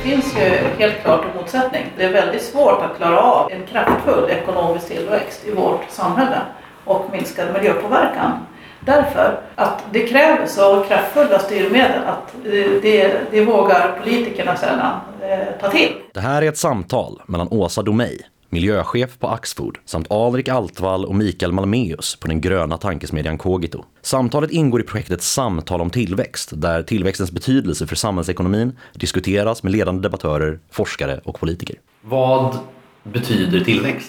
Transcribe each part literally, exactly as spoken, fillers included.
finns ju helt klart en motsättning. Det är väldigt svårt att klara av en kraftfull ekonomisk tillväxt i vårt samhälle och minskad miljöpåverkan. Därför att det kräver så kraftfulla styrmedel att det, det vågar politikerna sällan eh, ta till. Det här är ett samtal mellan Åsa Domeij, miljöchef på Axfood, samt Alrik Altvall och Mikael Malmeus på den gröna tankesmedjan Kogito. Samtalet ingår i projektet Samtal om tillväxt, där tillväxtens betydelse för samhällsekonomin diskuteras med ledande debattörer, forskare och politiker. Vad betyder tillväxt?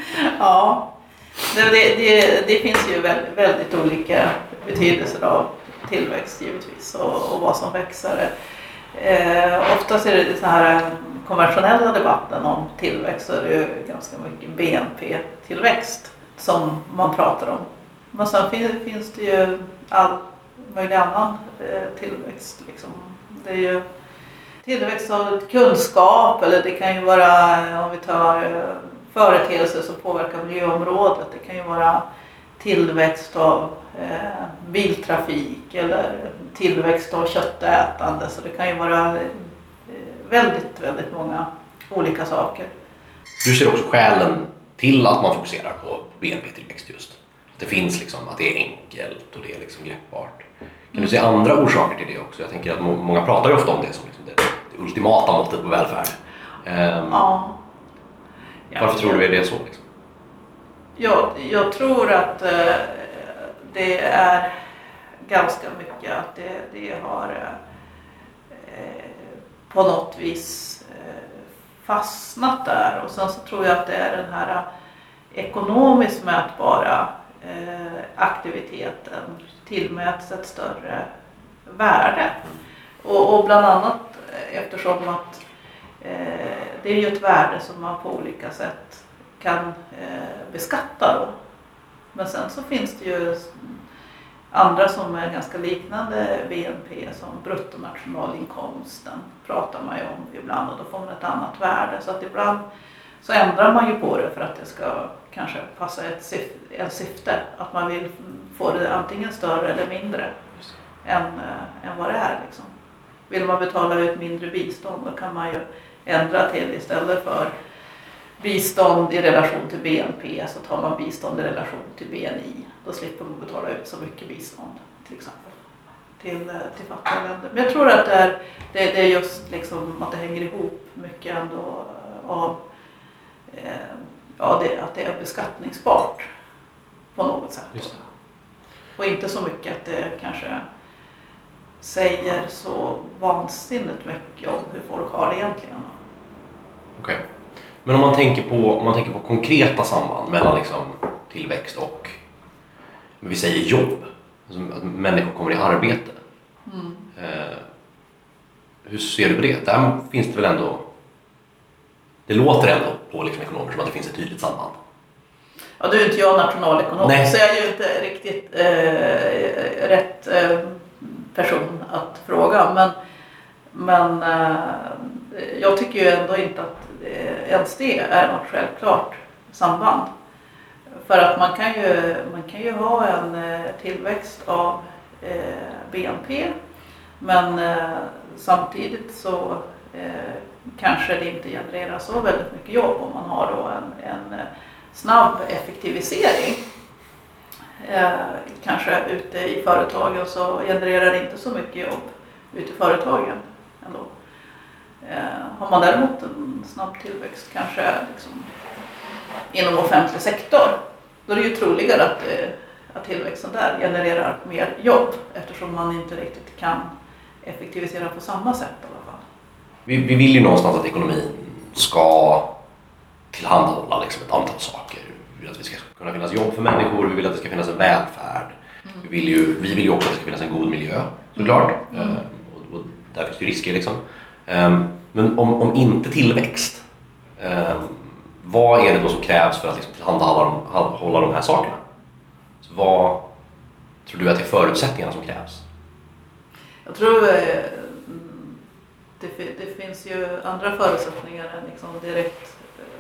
Ja, det, det, det finns ju väldigt, väldigt olika betydelser av tillväxt givetvis och, och vad som växer. Eh, oftast är det så här konventionella debatten om tillväxt, så är det ju ganska mycket B N P-tillväxt som man pratar om. Men sen finns, finns det ju all möjlig annan eh, tillväxt. Liksom. Det är ju tillväxt av kunskap, eller det kan ju vara, om vi tar eh, företeelser som påverkar miljöområdet, det kan ju vara tillväxt av eh, biltrafik eller tillväxt av köttätande, så det kan ju vara eh, väldigt, väldigt många olika saker. Du ser också skälen till att man fokuserar på B N P-tillväxt just. Att det finns liksom, att det är enkelt och det är liksom greppbart. Kan mm. du se andra orsaker till det också? Jag tänker att må- många pratar ju ofta om det som liksom det, det ultimata måttet på välfärd. Um, ja. Varför ja, tror du är det så? Liksom? Ja, jag tror att eh, det är ganska mycket att det, det har eh, på något vis eh, fastnat där. Och sen så tror jag att det är den här ekonomiskt mätbara eh, aktiviteten tillmäts ett större värde. Och, och bland annat eftersom att eh, det är ju ett värde som man på olika sätt kan eh, beskatta då. Men sen så finns det ju andra som är ganska liknande B N P, som bruttonationalinkomsten pratar man ju om ibland, och då får man ett annat värde. Så att ibland så ändrar man ju på det för att det ska kanske passa ett syfte, en syfte, att man vill få det antingen större eller mindre än, äh, än vad det är. Liksom. Vill man betala ut mindre bistånd, då kan man ju ändra till, istället för bistånd i relation till B N P så tar man bistånd i relation till B N I. Då slipper man betala ut så mycket bistånd till exempel till, till fattiga länder. Men jag tror att det är, det, det är just liksom att det hänger ihop mycket ändå av eh, ja, det, att det är beskattningsbart på något sätt. Just det. Och inte så mycket att det kanske säger så vansinnigt mycket om hur folk har det egentligen. Okej. Okay. Men om man tänker på, om man tänker på konkreta samband mellan liksom tillväxt och, vi säger jobb, alltså att människor kommer i arbete. Mm. Eh, hur ser du på det? Där finns det väl ändå, det låter ändå på liksom ekonomer som att det finns ett tydligt samband. Ja, du är inte jag nationalekonom, Nej. så jag är ju inte riktigt eh, rätt eh, person att fråga. Men, men eh, jag tycker ju ändå inte att eh, ens det är något självklart samband. För att man kan ju, man kan ju ha en eh, tillväxt av eh, B N P, men eh, samtidigt så eh, kanske det inte genererar så väldigt mycket jobb om man har då en, en snabb effektivisering. Eh, kanske ute i företagen så genererar det inte så mycket jobb ute i företagen ändå. Eh, har man däremot en snabb tillväxt kanske liksom inom offentlig sektor, då är det ju troligare att, eh, att tillväxten där genererar mer jobb, eftersom man inte riktigt kan effektivisera på samma sätt i alla fall. Vi, vi vill ju någonstans att ekonomin ska tillhandahålla liksom ett antal saker. Vi vill att det ska kunna finnas jobb för människor, vi vill att det ska finnas en välfärd. Mm. Vi, vill ju, vi vill ju också att det ska finnas en god miljö, såklart. Mm. Uh, och, och där finns det risker liksom. Um, men om, om inte tillväxt, um, vad är det då som krävs för att liksom tillhandahålla de här sakerna? Så vad tror du att det är förutsättningarna som krävs? Jag tror eh, det, det finns ju andra förutsättningar än liksom direkt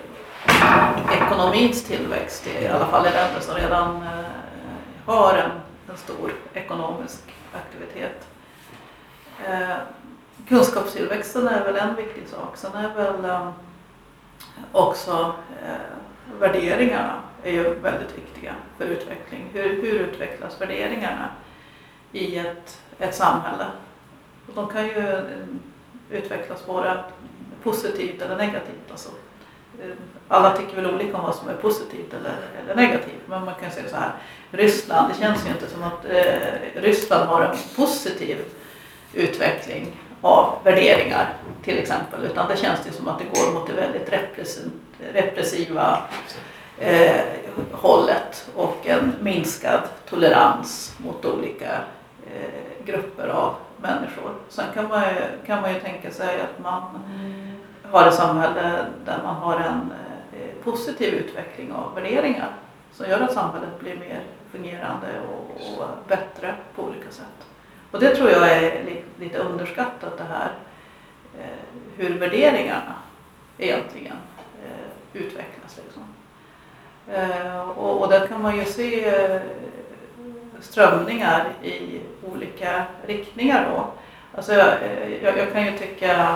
eh, ekonomins tillväxt, i alla fall i länder som redan eh, har en, en stor ekonomisk aktivitet. Eh, kunskapstillväxten är väl en viktig sak. Sen är väl um, också eh, värderingarna är ju väldigt viktiga för utveckling. Hur, hur utvecklas värderingarna i ett, ett samhälle? Och de kan ju eh, utvecklas både positivt eller negativt. Alltså, eh, alla tycker väl olika om vad som är positivt eller, eller negativt. Men man kan säga så här, Ryssland, det känns ju inte som att eh, Ryssland har en positiv utveckling av värderingar till exempel, utan det känns ju som att det går mot det väldigt repressiva eh, hållet och en minskad tolerans mot olika eh, grupper av människor. Sen kan man ju, kan man ju tänka sig att man har ett samhälle där man har en eh, positiv utveckling av värderingar som gör att samhället blir mer fungerande och, och bättre på olika sätt. Och det tror jag är lite underskattat, det här eh, hur värderingarna egentligen eh, utvecklas. Liksom. Eh, och, och där kan man ju se eh, strömningar i olika riktningar då. Alltså jag, jag, jag kan ju tycka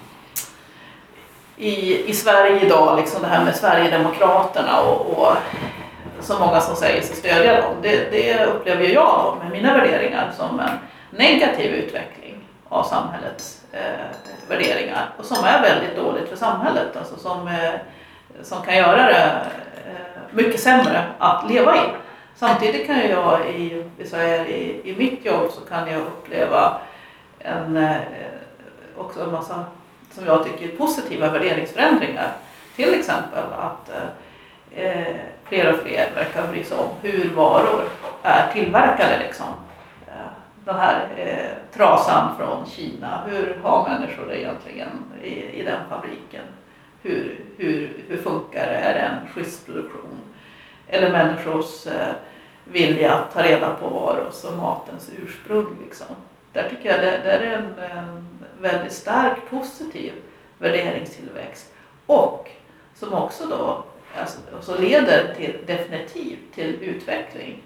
i, i Sverige idag, liksom det här med Sverigedemokraterna och, och så många som säger sig stödja dem, det, det upplever jag då, med mina värderingar som en negativ utveckling av samhällets eh, värderingar och som är väldigt dåligt för samhället, alltså som, eh, som kan göra det eh, mycket sämre att leva i. Samtidigt kan jag i, i, i mitt jobb så kan jag uppleva en, eh, också en massa som jag tycker positiva värderingsförändringar. Till exempel att eh, fler och fler verkar bry sig om hur varor är tillverkade liksom. Den här eh, trasan från Kina, hur har människor det egentligen i, i den fabriken? Hur, hur, hur funkar det? Är det en schysst produktion? Eller människors eh, vilja att ta reda på varors och matens ursprung. Liksom. Där tycker jag det, det är en, en väldigt stark positiv värderingstillväxt. Och som också då alltså, så leder till, definitivt till utveckling.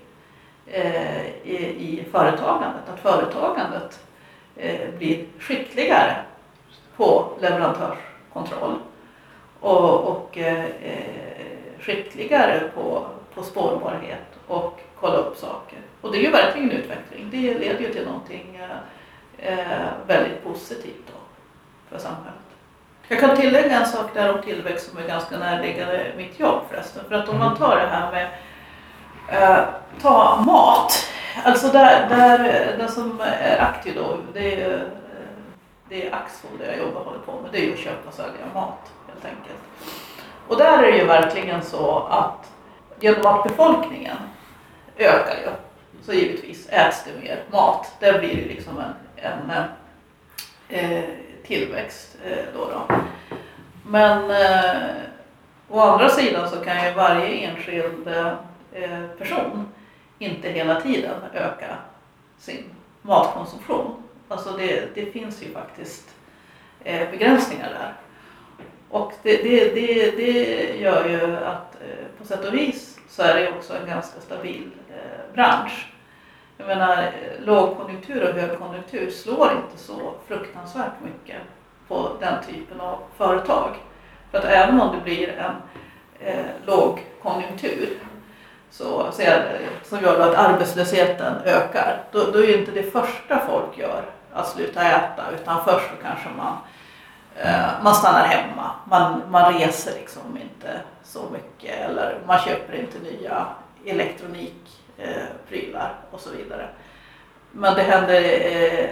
I, i företagandet, att företagandet eh, blir skickligare på leverantörskontroll och, och eh, skickligare på, på spårbarhet och kolla upp saker. Och det är ju verkligen utveckling. Det leder ju till någonting eh, väldigt positivt då för samhället. Jag kan tillägga en sak där om tillväxt som är ganska närliggande mitt jobb förresten. För att om man tar det här med Uh, ta mat, alltså där, där den som är aktiv då, det är, det är Axfood där jag jobbar och håller på med, det är ju att köpa och sälja mat helt enkelt. Och där är det ju verkligen så att genom att befolkningen ökar ju, så givetvis äts det mer mat, där blir det liksom en, en eh, tillväxt eh, då då. Men eh, å andra sidan så kan ju varje enskild person inte hela tiden öka sin matkonsumtion. Alltså det, det finns ju faktiskt eh, begränsningar där. Och det, det, det, det gör ju att eh, på sätt och vis så är det också en ganska stabil eh, bransch. Jag menar, lågkonjunktur och högkonjunktur slår inte så fruktansvärt mycket på den typen av företag. För att även om det blir en eh, lågkonjunktur så, så är, som gör att arbetslösheten ökar, då, då är ju inte det första folk gör att sluta äta, utan först så kanske man, eh, man stannar hemma, man, man reser liksom inte så mycket eller man köper inte nya elektronikprylar eh, och så vidare. Men det händer eh,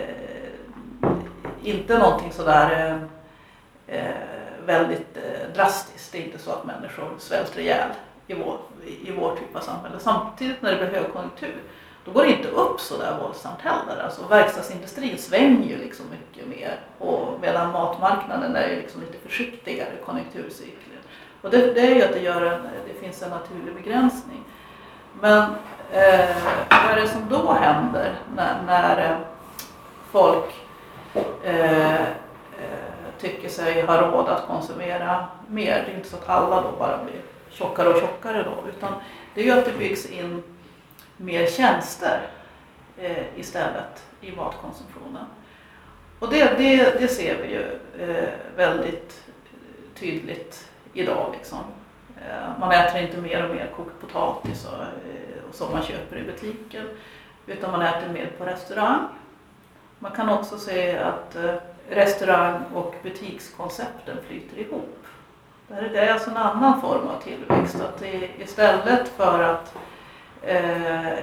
inte någonting sådär eh, väldigt eh, drastiskt. Det är inte så att människor svälter ihjäl i vår, i vår typ av samhälle. Samtidigt när det blir högkonjunktur, då går det inte upp så där våldsamt heller. Alltså verkstadsindustrin svänger ju liksom mycket mer, och medan matmarknaden är ju liksom lite försiktigare konjunkturcykler. Och det, det är ju att det, gör en, det finns en naturlig begränsning. Men eh, vad är det som då händer när, när folk eh, eh, tycker sig ha råd att konsumera mer? Det är inte så att alla då bara blir tjockare och tjockare då, utan det är ju att det byggs in mer tjänster eh, istället i matkonsumtionen. Och det, det, det ser vi ju eh, väldigt tydligt idag. Liksom. Eh, man äter inte mer och mer kokt potatis och, eh, och som man köper i butiken, utan man äter mer på restaurang. Man kan också se att eh, restaurang- och butikskoncepten flyter ihop. Det här är alltså en annan form av tillväxt. Att det, istället för att eh,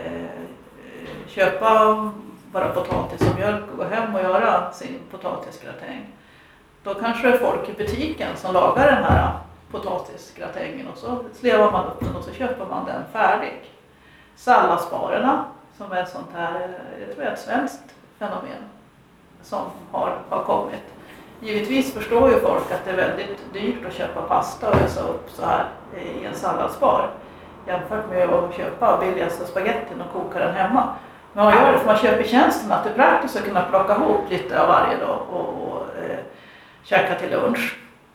köpa bara potatis och mjölk och gå hem och göra sin potatisgratäng, då kanske det är folk i butiken som lagar den här potatisgratängen och så slevar man upp den och så köper man den färdig. Salladsbarerna, som är sånt här, jag tror jag är ett svenskt fenomen som har, har kommit. Givetvis förstår ju folk att det är väldigt dyrt att köpa pasta och ösa upp så här i en salladsbar jämfört med att köpa billigaste spagettin och koka den hemma. Men man gör det för man köper tjänsten att det är praktiskt att kunna plocka ihop lite av varje dag och, och eh, käka till lunch.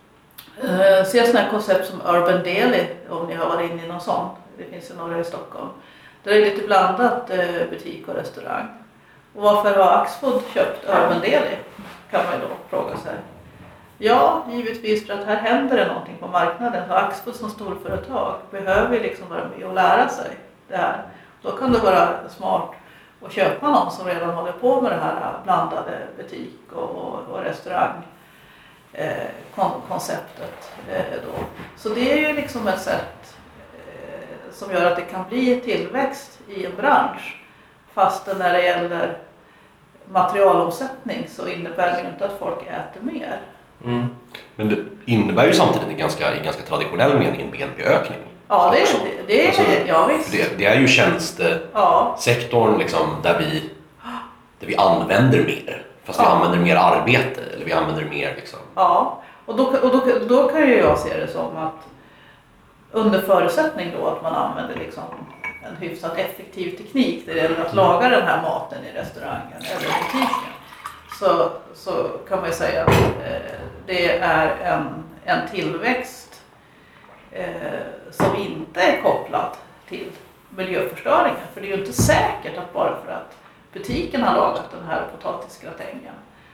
Eh, se sådana här koncept som Urban Deli, om ni har varit inne i någon sån. Det finns ju några i Stockholm. Det är lite blandat eh, butik och restaurang. Och varför har Axfood köpt Urban Deli? Kan man ju då fråga sig. Ja, givetvis för att här händer det någonting på marknaden. Och Axfood som storföretag behöver liksom vara med och lära sig det här. Då kan det vara smart att köpa någon som redan håller på med det här blandade butik och, och, och restaurang eh, kon- konceptet eh, då. Så det är ju liksom ett sätt eh, som gör att det kan bli tillväxt i en bransch. Fast när det gäller materialomsättning så innebär det ju inte att folk äter mer. Mm. Men det innebär ju samtidigt en ganska, en ganska traditionell mening en B N P-ökning. Ja, det, det, det är alltså, ja, visst. Det, det är ju tjänstesektorn ja. liksom, där, vi, där vi använder mer. Fast vi ja. använder mer arbete eller vi använder mer liksom. Ja, och, då, och då, då kan ju jag se det som att under förutsättning då att man använder liksom en hyfsat effektiv teknik när det gäller att laga den här maten i restaurangen eller butiken, så, så kan man ju säga att eh, det är en, en tillväxt eh, som inte är kopplad till miljöförstöringen. För det är ju inte säkert att bara för att butiken har lagat den här potatisgratängen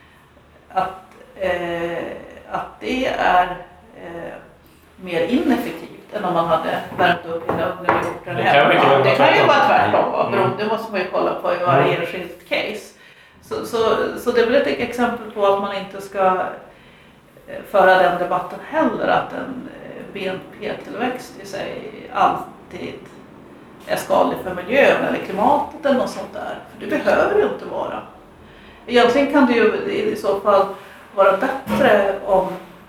att, eh, att det är eh, mer ineffektivt än om man hade värmt upp i ugnen och gjort den hemma. Det kan ju vara tvärtom. Mm. Det måste man ju kolla på i varje mm. enskilt case. Så, så, så det är väl ett exempel på att man inte ska föra den debatten heller, att en B N P-tillväxt i sig alltid är skadlig för miljön eller klimatet eller något sånt där. För det behöver ju inte vara. Egentligen kan det ju i så fall vara bättre om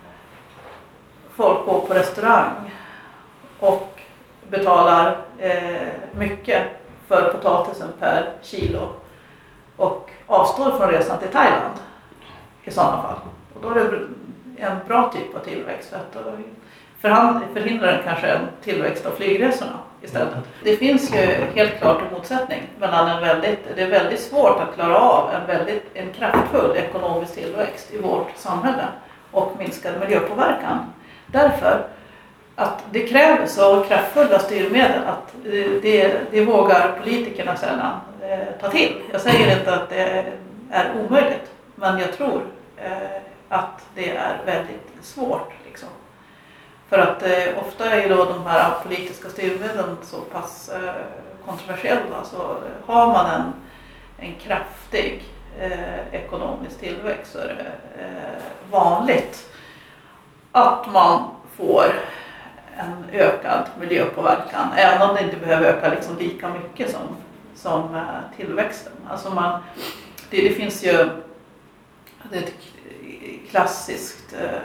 folk går på restaurang och betalar eh, mycket för potatisen per kilo och avstår från resan till Thailand i sådana fall. Och då är det en bra typ av tillväxt för att förhindrar den kanske en tillväxt av flygresorna istället. Det finns ju helt klart en motsättning mellan en väldigt, det är väldigt svårt att klara av en väldigt en kraftfull ekonomisk tillväxt i vårt samhälle och minskad miljöpåverkan. Därför att det kräver så kraftfulla styrmedel att det, det vågar politikerna sällan eh, ta till. Jag säger inte att det är omöjligt, men jag tror eh, att det är väldigt svårt. Liksom. För att eh, ofta är ju då de här politiska styrmedlen så pass eh, kontroversiella, så har man en, en kraftig eh, ekonomisk tillväxt så är det eh, vanligt att man får en ökad miljöpåverkan, även om det inte behöver öka liksom lika mycket som, som uh, tillväxten. Alltså man, det, det finns ju det är ett klassiskt uh,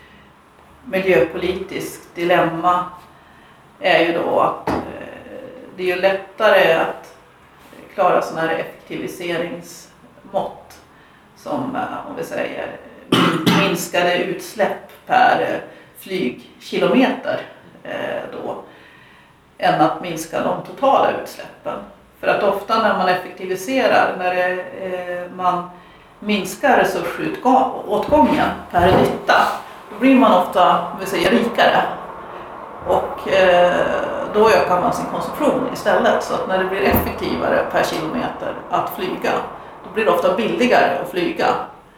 miljöpolitiskt dilemma är ju då att uh, det är ju lättare att klara sådana här effektiviseringsmått som uh, om vi säger minskade utsläpp per uh, flygkilometer eh, då, än att minska de totala utsläppen. För att ofta när man effektiviserar, när det, eh, man minskar resursåtgången per nytta, då blir man ofta, vi säger, rikare. Och eh, då ökar man sin konsumtion istället. Så att när det blir effektivare per kilometer att flyga, då blir det ofta billigare att flyga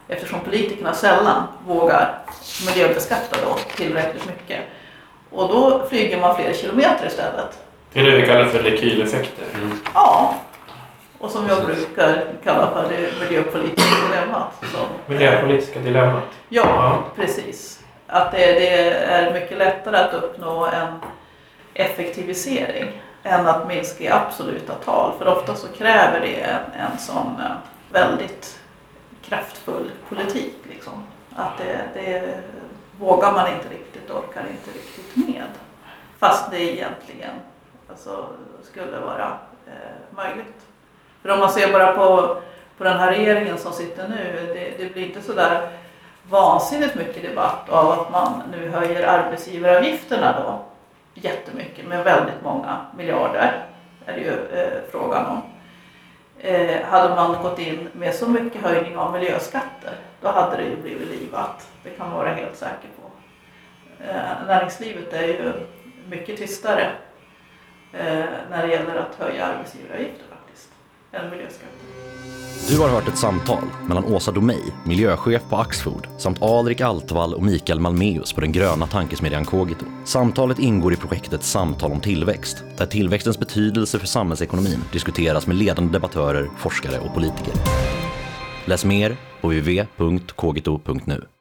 eftersom politikerna sällan vågar miljöbeskatta då tillräckligt mycket. Och då flyger man fler kilometer istället. Det är det vi kallar för rekyleffekter. Mm. Ja, och som jag brukar kalla för det miljöpolitiska dilemmat. Så. Miljöpolitiska dilemmat. Ja, Ja. precis. Att det, det är mycket lättare att uppnå en effektivisering än att minska i absoluta tal. För ofta så kräver det en, en sån eh, väldigt kraftfull politik. Liksom. Att det, det vågar man inte riktigt, orkar inte riktigt med. Fast det egentligen alltså, skulle vara eh, möjligt. För om man ser bara på, på den här regeringen som sitter nu, det, det blir inte så där vansinnigt mycket debatt av att man nu höjer arbetsgivaravgifterna då jättemycket med väldigt många miljarder är det ju eh, frågan om. Eh, hade man gått in med så mycket höjning av miljöskatter, då hade det ju blivit livat. Det kan man vara helt säker på. Eh, näringslivet är ju mycket tystare eh, när det gäller att höja arbetsgivaravgifter faktiskt, än miljöskatter. Du har hört ett samtal mellan Åsa Domeij, miljöchef på Axfood, samt Alrik Altvall och Mikael Malmeus på den gröna tankesmedjan Kogito. Samtalet ingår i projektet Samtal om tillväxt, där tillväxtens betydelse för samhällsekonomin diskuteras med ledande debattörer, forskare och politiker. Läs mer på w w w punkt kogito punkt nu.